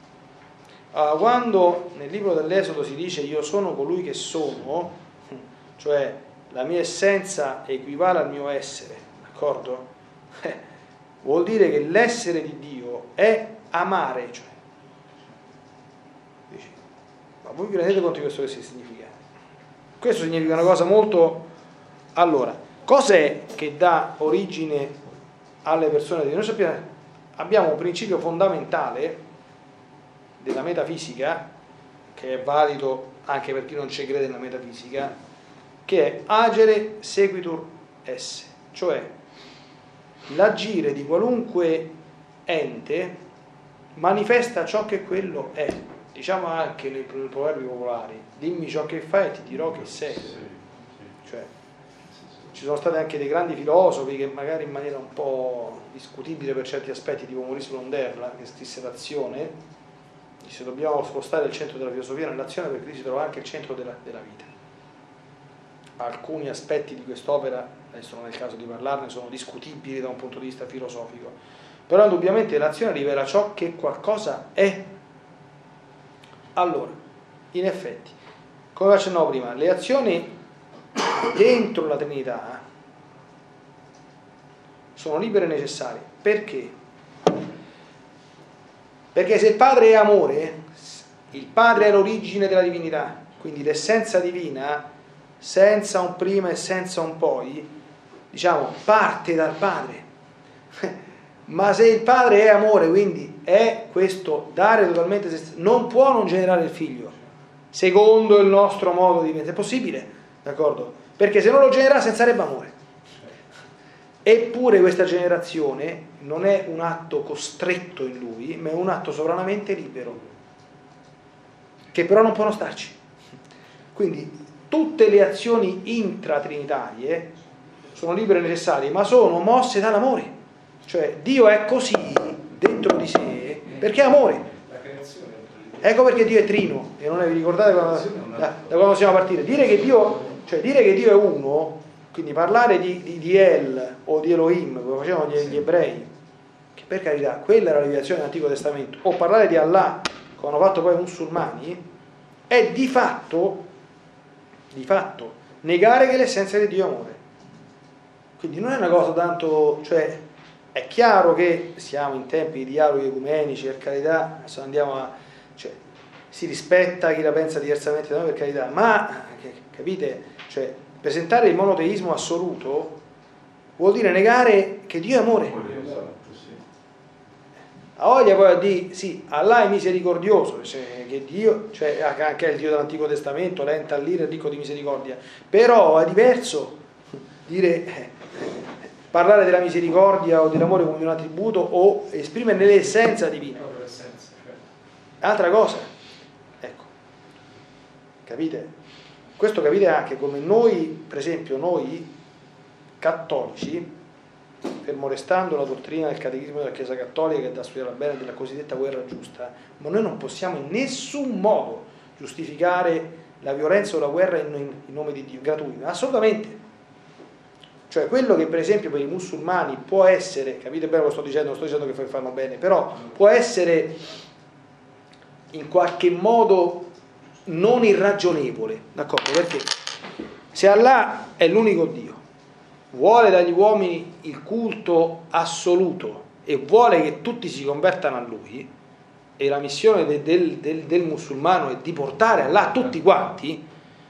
Quando nel libro dell'Esodo si dice io sono colui che sono, cioè la mia essenza equivale al mio essere, d'accordo? Vuol dire che l'essere di Dio è amare, cioè. Dici, ma voi vi rendete conto di questo che significa? Questo significa una cosa molto... Allora, cos'è che dà origine alle persone di Dio? Noi sappiamo, abbiamo un principio fondamentale della metafisica, che è valido anche per chi non ci crede nella metafisica, che è agere sequitur esse, cioè l'agire di qualunque ente manifesta ciò che quello è. Diciamo anche nei proverbi popolari, dimmi ciò che fai e ti dirò che sei. Cioè, ci sono stati anche dei grandi filosofi che magari in maniera un po' discutibile per certi aspetti, tipo Maurice Blonderla, che scrisse l'azione, dice dobbiamo spostare il centro della filosofia nell'azione perché lì si trova anche il centro della vita. Alcuni aspetti di quest'opera, adesso non è il caso di parlarne, sono discutibili da un punto di vista filosofico, però indubbiamente l'azione rivela ciò che qualcosa è. Allora, in effetti, come accennavo prima, le azioni dentro la Trinità sono libere e necessarie. Perché? Perché se il Padre è amore, il Padre è l'origine della divinità, quindi l'essenza divina, senza un prima e senza un poi, diciamo, parte dal Padre. Ma se il Padre è amore, quindi è questo dare totalmente se stesso, non può non generare il Figlio, secondo il nostro modo di pensare. È possibile, d'accordo? Perché se non lo generasse sarebbe amore. Eppure questa generazione non è un atto costretto in lui, ma è un atto sovranamente libero, che però non può non starci. Quindi tutte le azioni intratrinitarie sono libere e necessarie, ma sono mosse dall'amore. Cioè Dio è così dentro di sé perché è amore. Ecco perché Dio è trino. E non vi ricordate da quando siamo a partire? Dire che Dio è uno, quindi parlare di El o di Elohim, come facevano gli ebrei, che per carità quella era la rivelazione dell'Antico Testamento, o parlare di Allah, come hanno fatto poi i musulmani, è di fatto negare che l'essenza di Dio è amore. Quindi non è una cosa tanto, cioè è chiaro che siamo in tempi di dialoghi ecumenici, per carità, adesso andiamo cioè, si rispetta chi la pensa diversamente da noi, per carità, ma capite, cioè presentare il monoteismo assoluto vuol dire negare che Dio è amore. Ha voglia poi a dire sì, Allah è misericordioso, cioè, che Dio, cioè anche il Dio dell'Antico Testamento, lento all'ira, ricco di misericordia, però è diverso dire parlare della misericordia o dell'amore come di un attributo o esprimere l'essenza divina. È altra cosa. Ecco. Capite? Questo capite anche come noi, per esempio, noi cattolici, fermo restando la dottrina del catechismo della Chiesa Cattolica che da studiare bene della cosiddetta guerra giusta, ma noi non possiamo in nessun modo giustificare la violenza o la guerra in nome di Dio, gratuita, assolutamente. Cioè quello che per esempio per i musulmani può essere, capite bene cosa sto dicendo, non sto dicendo che fanno bene, però può essere in qualche modo non irragionevole, d'accordo? Perché se Allah è l'unico Dio, vuole dagli uomini il culto assoluto e vuole che tutti si convertano a Lui, e la missione del musulmano è di portare Allah a tutti quanti,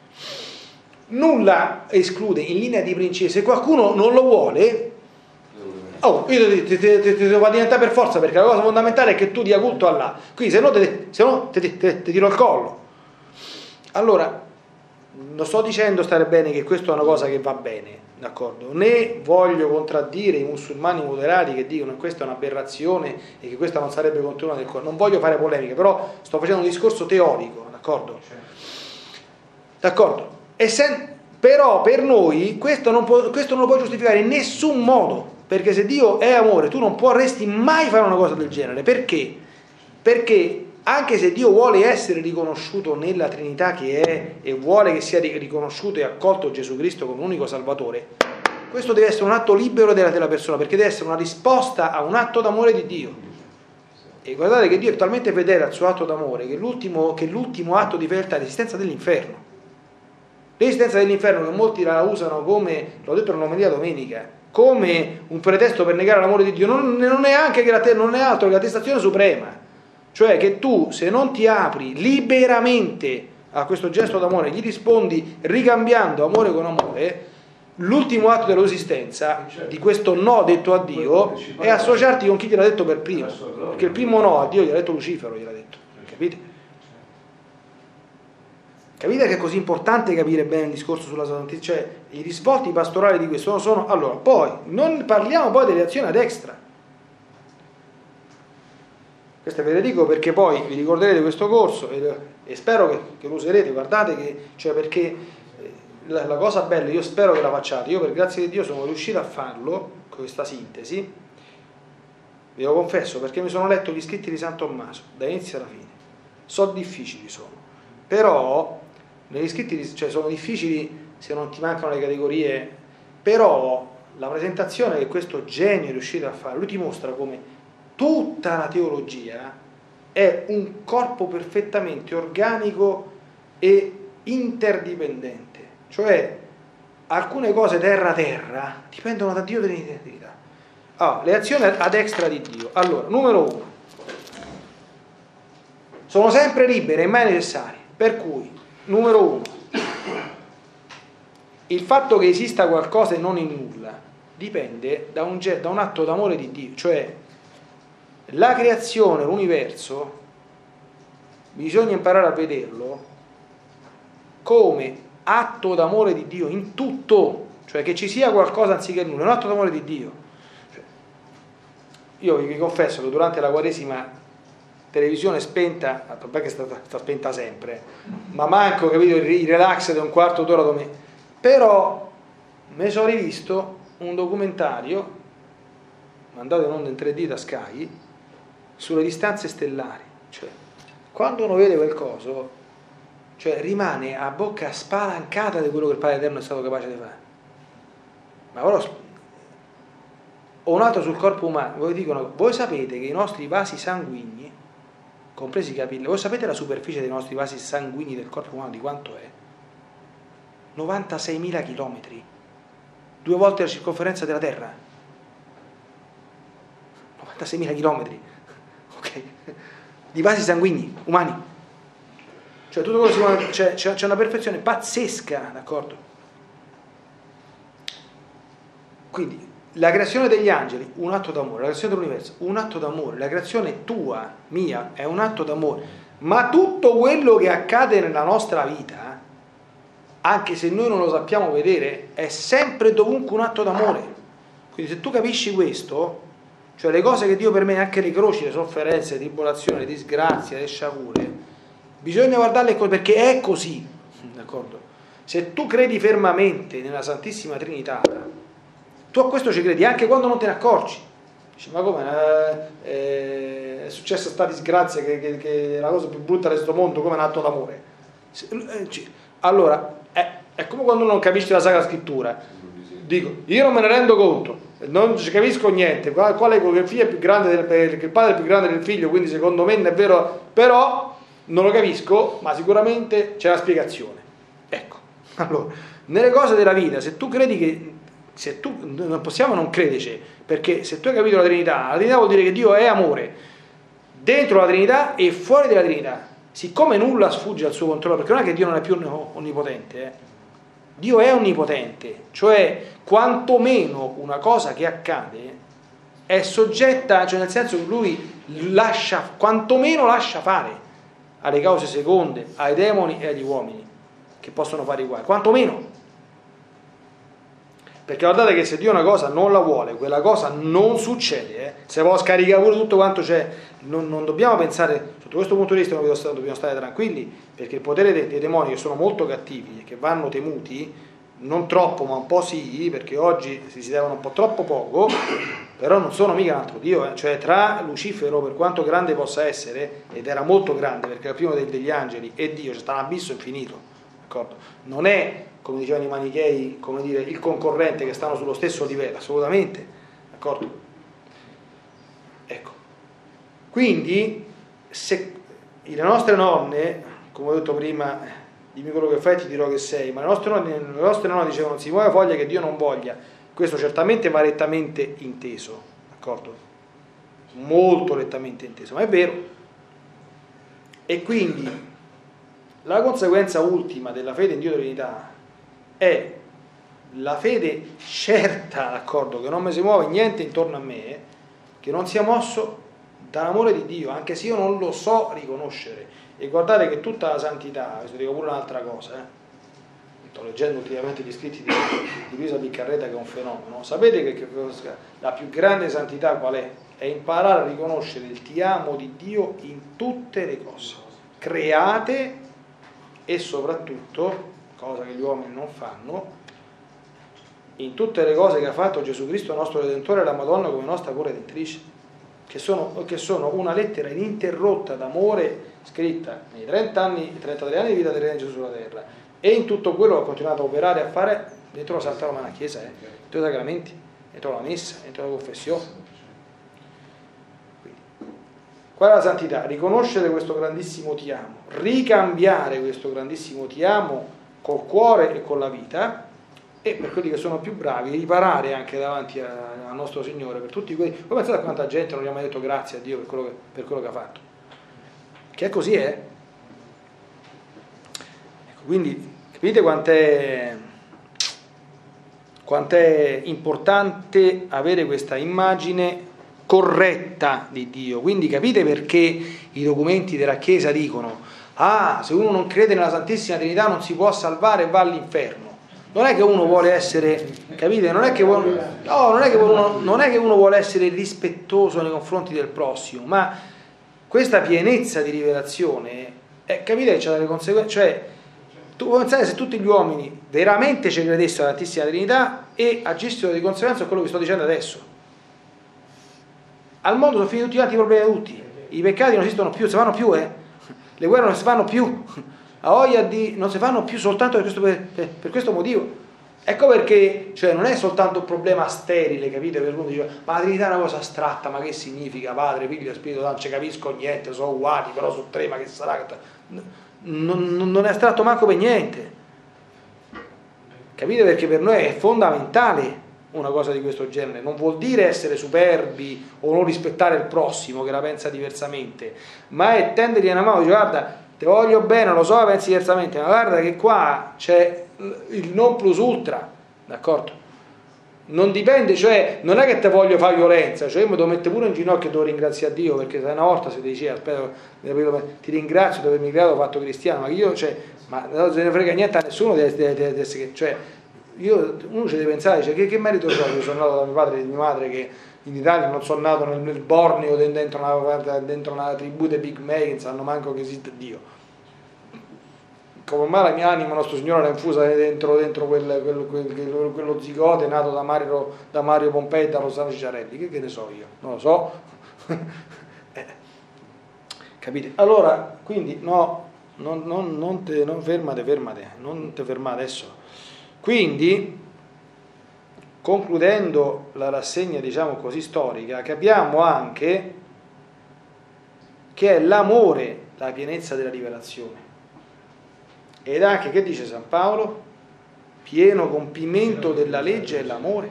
nulla esclude in linea di principio. Se qualcuno non lo vuole, io ti devo diventare per forza, perché la cosa fondamentale è che tu dia culto a Allah, quindi se no ti tiro il collo. Allora non sto dicendo, stare bene, che questa è una cosa che va bene, d'accordo? Né voglio contraddire i musulmani moderati che dicono che questa è un'aberrazione e che questa non sarebbe contenuta nel Corano. Non voglio fare polemiche, però sto facendo un discorso teorico, d'accordo? D'accordo? Però per noi questo non lo può giustificare in nessun modo, perché se Dio è amore tu non potresti mai fare una cosa del genere. Perché? Perché anche se Dio vuole essere riconosciuto nella Trinità che è, e vuole che sia riconosciuto e accolto Gesù Cristo come unico Salvatore, questo deve essere un atto libero della persona, perché deve essere una risposta a un atto d'amore di Dio. E guardate che Dio è talmente fedele al suo atto d'amore che l'ultimo atto di fedeltà è l'esistenza dell'inferno. L'esistenza dell'inferno, che molti la usano come, l'ho detto nell'omelia domenica, come un pretesto per negare l'amore di Dio, non è altro che la testazione suprema. Cioè che tu, se non ti apri liberamente a questo gesto d'amore, gli rispondi ricambiando amore con amore, l'ultimo atto dell'esistenza di questo no detto a Dio è associarti con chi gliel'ha detto per primo, perché il primo no a Dio gliel'ha detto Lucifero, gliel'ha detto, capite? Capite che è così importante capire bene il discorso sulla santità, cioè i risvolti pastorali di questo sono. Allora, poi non parliamo poi delle azioni ad extra. Questo ve lo dico perché poi vi ricorderete questo corso e spero che lo userete. Guardate che, cioè, perché la cosa bella, io spero che la facciate. Io per grazia di Dio sono riuscito a farlo con questa sintesi, ve lo confesso, perché mi sono letto gli scritti di San Tommaso da inizio alla fine. So difficili sono, però negli scritti, cioè, sono difficili se non ti mancano le categorie, però la presentazione che questo genio è riuscito a fare, lui ti mostra come tutta la teologia è un corpo perfettamente organico e interdipendente, cioè alcune cose terra dipendono da Dio dell'identità. Le azioni ad extra di Dio. Allora, numero 1, sono sempre libere e mai necessarie, per cui numero 1, il fatto che esista qualcosa e non in nulla dipende da un atto d'amore di Dio, cioè la creazione, l'universo, bisogna imparare a vederlo come atto d'amore di Dio in tutto, cioè che ci sia qualcosa anziché nulla, è un atto d'amore di Dio. Cioè, io vi confesso che durante la Quaresima, televisione spenta, vabbè che sta spenta sempre, ma manco, capito, il relax di un quarto d'ora domenica, però mi sono rivisto un documentario mandato in onda in 3D da Sky sulle distanze stellari. Cioè, quando uno vede quel coso, cioè, rimane a bocca spalancata di quello che il Padre Eterno è stato capace di fare. Ma ora o un altro sul corpo umano, voi dicono, voi sapete che i nostri vasi sanguigni, compresi i capillari, voi sapete la superficie dei nostri vasi sanguigni del corpo umano di quanto è? 96.000 chilometri, 2 volte la circonferenza della Terra. 96.000 chilometri, ok? Di vasi sanguigni umani. Cioè tutto quello c'è una perfezione pazzesca, d'accordo? Quindi la creazione degli angeli, un atto d'amore, la creazione dell'universo, un atto d'amore, la creazione tua, mia, è un atto d'amore, ma tutto quello che accade nella nostra vita, anche se noi non lo sappiamo vedere, è sempre dovunque un atto d'amore. Quindi se tu capisci questo, cioè le cose che Dio permette, anche le croci, le sofferenze, le tribolazioni, le disgrazie, le sciagure, bisogna guardarle perché è così, d'accordo? Se tu credi fermamente nella Santissima Trinità, tu a questo ci credi anche quando non te ne accorgi. Dici, ma come è successa sta disgrazia che è la cosa più brutta di questo mondo, come è un atto d'amore? Allora è come quando non capisci la Sacra Scrittura. Dico, io non me ne rendo conto, non ci capisco niente, qual è che il figlio è più grande che il padre è più grande del figlio, quindi secondo me non è vero, però non lo capisco, ma sicuramente c'è una spiegazione. Ecco, allora, nelle cose della vita, se tu credi che, se tu non possiamo non crederci, perché se tu hai capito la Trinità vuol dire che Dio è amore, dentro la Trinità e fuori dalla Trinità, siccome nulla sfugge al suo controllo, perché non è che Dio non è più onnipotente, Dio è onnipotente, cioè quantomeno una cosa che accade è soggetta, cioè nel senso che lui quantomeno lascia fare alle cause seconde, ai demoni e agli uomini che possono fare uguali, quantomeno. Perché guardate che se Dio una cosa non la vuole, quella cosa non succede, se può scaricare pure tutto quanto c'è, non dobbiamo pensare, sotto questo punto di vista dobbiamo stare tranquilli, perché il potere dei demoni, che sono molto cattivi e che vanno temuti, non troppo ma un po' sì, perché oggi si devono un po' troppo poco, però non sono mica un altro Dio, cioè tra Lucifero, per quanto grande possa essere, ed era molto grande perché era il primo degli angeli, e Dio, c'è stato un abisso infinito, d'accordo? Non è, come dicevano i manichei, come dire, il concorrente, che stanno sullo stesso livello, assolutamente, d'accordo? Ecco, quindi se le nostre nonne, come ho detto prima, dimmi quello che fai e ti dirò che sei, ma le nostre nonne dicevano non si muove foglia che Dio non voglia, questo certamente va rettamente inteso, d'accordo? Molto rettamente inteso, ma è vero. E quindi la conseguenza ultima della fede in Dio della Trinità è la fede certa, d'accordo, che non mi si muove niente intorno a me, che non sia mosso dall'amore di Dio, anche se io non lo so riconoscere. E guardate che tutta la santità, questo dico pure un'altra cosa, sto leggendo ultimamente gli scritti di Luisa Piccarreta, che è un fenomeno. Sapete che la più grande santità qual è? È imparare a riconoscere il ti amo di Dio in tutte le cose create, e soprattutto, cosa che gli uomini non fanno, in tutte le cose che ha fatto Gesù Cristo nostro Redentore e la Madonna come nostra corredentrice, che sono una lettera ininterrotta d'amore scritta nei 33 anni di vita del Re Gesù sulla terra, e in tutto quello che ha continuato a operare e a fare dentro la Santa Romana Chiesa, dentro i sacramenti, dentro la messa, dentro la confessione. Qual è la santità? Riconoscere questo grandissimo ti amo, ricambiare questo grandissimo ti amo col cuore e con la vita, e per quelli che sono più bravi riparare anche davanti al nostro Signore per tutti quelli. Voi pensate a quanta gente non gli ha mai detto grazie a Dio per quello che ha fatto, che è così, Ecco, quindi capite quant'è importante avere questa immagine corretta di Dio. Quindi capite perché i documenti della Chiesa dicono: se uno non crede nella Santissima Trinità non si può salvare e va all'inferno. Non è che uno vuole essere, capite? Non è che uno vuole essere rispettoso nei confronti del prossimo, ma questa pienezza di rivelazione, capite, c'è delle conseguenze. Cioè, tu puoi pensare, se tutti gli uomini veramente ci credessero alla Santissima Trinità e agissero di conseguenza a quello che sto dicendo adesso, al mondo sono finiti tutti quanti i problemi di tutti, i peccati non esistono più, non si fanno più, le guerre non si fanno più, non si fanno più soltanto per questo motivo. Ecco perché, cioè, non è soltanto un problema sterile, capite? Per uno dice, ma la Trinità è una cosa astratta, ma che significa Padre, Figlio e Spirito Santo? Non ci capisco niente, sono uguali, però sono tre, ma che sarà? Non è astratto manco per niente, capite? Perché per noi è fondamentale una cosa di questo genere. Non vuol dire essere superbi o non rispettare il prossimo che la pensa diversamente, ma è tendergli una mano e dire: guarda, ti voglio bene, lo so che pensi diversamente, ma guarda che qua c'è il non plus ultra, d'accordo? Non dipende, cioè non è che te voglio fare violenza, cioè io mi devo mettere pure in ginocchio e devo ringraziare a Dio, perché se una volta si dice aspetta, ti ringrazio di avermi creato fatto cristiano, ma io, cioè, ma non se ne frega niente a nessuno cioè uno ci deve pensare, cioè, che merito ho? Io sono nato da mio padre e da mia madre, che in Italia non sono nato nel Borneo dentro una tribù dei pigmei che non sanno manco che esiste Dio. come mai la mia anima, nostro Signore, era infusa dentro quello zigote nato da Mario Pompei e da Rossano Cicciarelli, che ne so io, non lo so. Capite? Allora, quindi no, non fermate, non te fermate adesso. Quindi, concludendo la rassegna, diciamo così, storica, capiamo anche che è l'amore la pienezza della rivelazione. Ed anche, che dice San Paolo? Pieno compimento della legge è l'amore.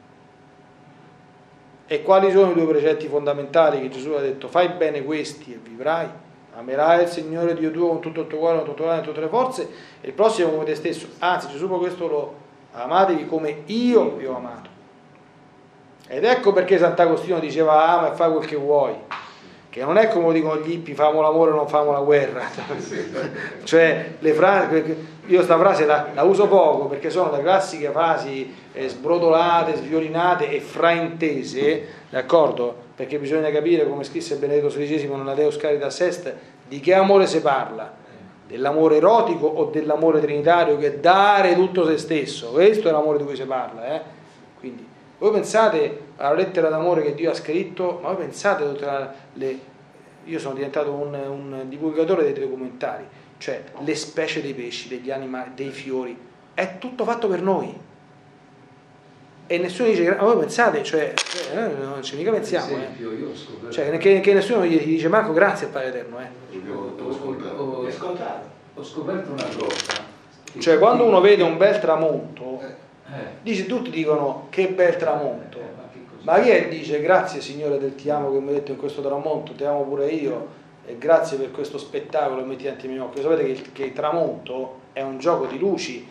E quali sono i due precetti fondamentali che Gesù ha detto? Fai bene questi e vivrai. Amerai il Signore Dio tuo con tutto il tuo cuore, con tutto il tuo animo e tutte le forze, e il prossimo come te stesso. Anzi, Gesù per questo lo amatevi come io vi ho amato. Ed ecco perché Sant'Agostino diceva ama e fai quel che vuoi. Che non è come dicono gli hippie, famo l'amore non famo la guerra. Cioè, le frasi, io sta frase la uso poco perché sono le classiche frasi sbrodolate, sviolinate e fraintese, d'accordo? Perché bisogna capire, come scrisse Benedetto XVI nella Deus Caritas Est, di che amore si parla, dell'amore erotico o dell'amore trinitario, che è dare tutto se stesso. Questo è l'amore di cui si parla, Quindi voi pensate alla lettera d'amore che Dio ha scritto, ma voi pensate a tutte io sono diventato un divulgatore dei documentari, cioè le specie dei pesci, degli animali, dei fiori, è tutto fatto per noi. E nessuno dice, ma voi pensate, non ci mica pensiamo, cioè che nessuno gli dice Marco grazie al Padre Eterno, Ho scoperto una cosa. Cioè quando uno vede un bel tramonto, dice, tutti dicono che bel tramonto, ma chi è dice grazie Signore del ti amo che mi hai detto in questo tramonto, ti amo pure io e grazie per questo spettacolo che metti davanti ai miei occhi. Sapete che il tramonto è un gioco di luci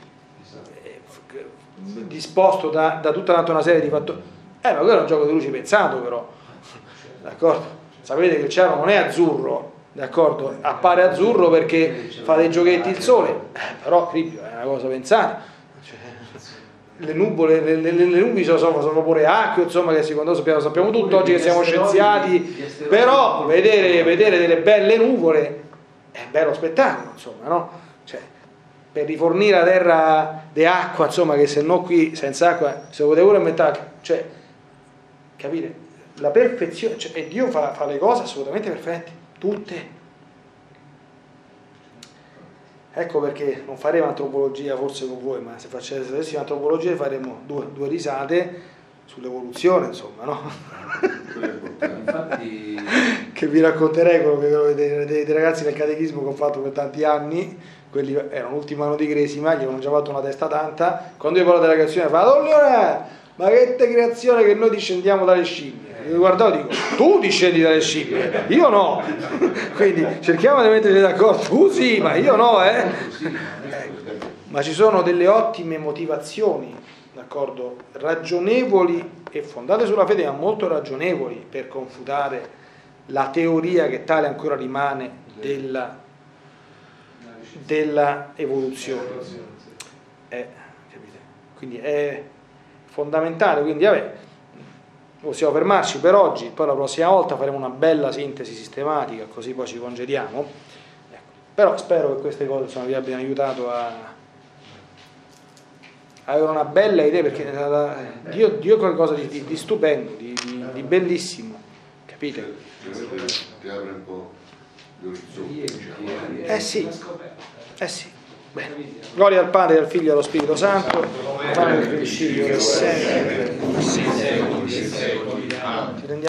disposto da tutta una serie di fattori, ma quello è un gioco di luci pensato, però, d'accordo? Sapete che il cielo non è azzurro, d'accordo? Appare azzurro perché fa dei giochetti il sole, però Cribbio è una cosa pensata. Le nuvole, le nubi sono pure acque, insomma, che secondo noi sappiamo tutto oggi che siamo scienziati, però vedere delle belle nuvole è un bello spettacolo, insomma, no? Cioè, per rifornire la terra di acqua, insomma, che se no qui senza acqua se poteva pure mettere, cioè, capite? La perfezione, cioè, e Dio fa le cose assolutamente perfette, tutte. Ecco perché non faremo antropologia forse con voi, ma se facessimo antropologia faremo due risate sull'evoluzione, insomma, no? Infatti, che vi racconterei quello dei ragazzi del catechismo che ho fatto per tanti anni. Quelli erano l'ultimo anno di cresima, gli avevano già fatto una testa tanta. Quando io parlo della creazione fa Leone, ma che creazione che noi discendiamo dalle scimmie. Io guardavo e dico, tu discendi dalle scimmie, io no. Quindi cerchiamo di metterci d'accordo, tu sì, ma io no, Ma ci sono delle ottime motivazioni, d'accordo, ragionevoli e fondate sulla fede, ma molto ragionevoli per confutare la teoria che tale ancora rimane della evoluzione. Capite? Quindi è fondamentale, quindi possiamo fermarci per oggi, poi la prossima volta faremo una bella sintesi sistematica, così poi ci congediamo. Però spero che queste cose, insomma, vi abbiano aiutato a avere una bella idea, perché Dio è qualcosa di stupendo, di bellissimo, capite? Ti apre un po' gli orizzonti. Sì. Bene. Gloria al Padre, al Figlio e allo Spirito Santo, come nel principio e sempre. Ti rendiamo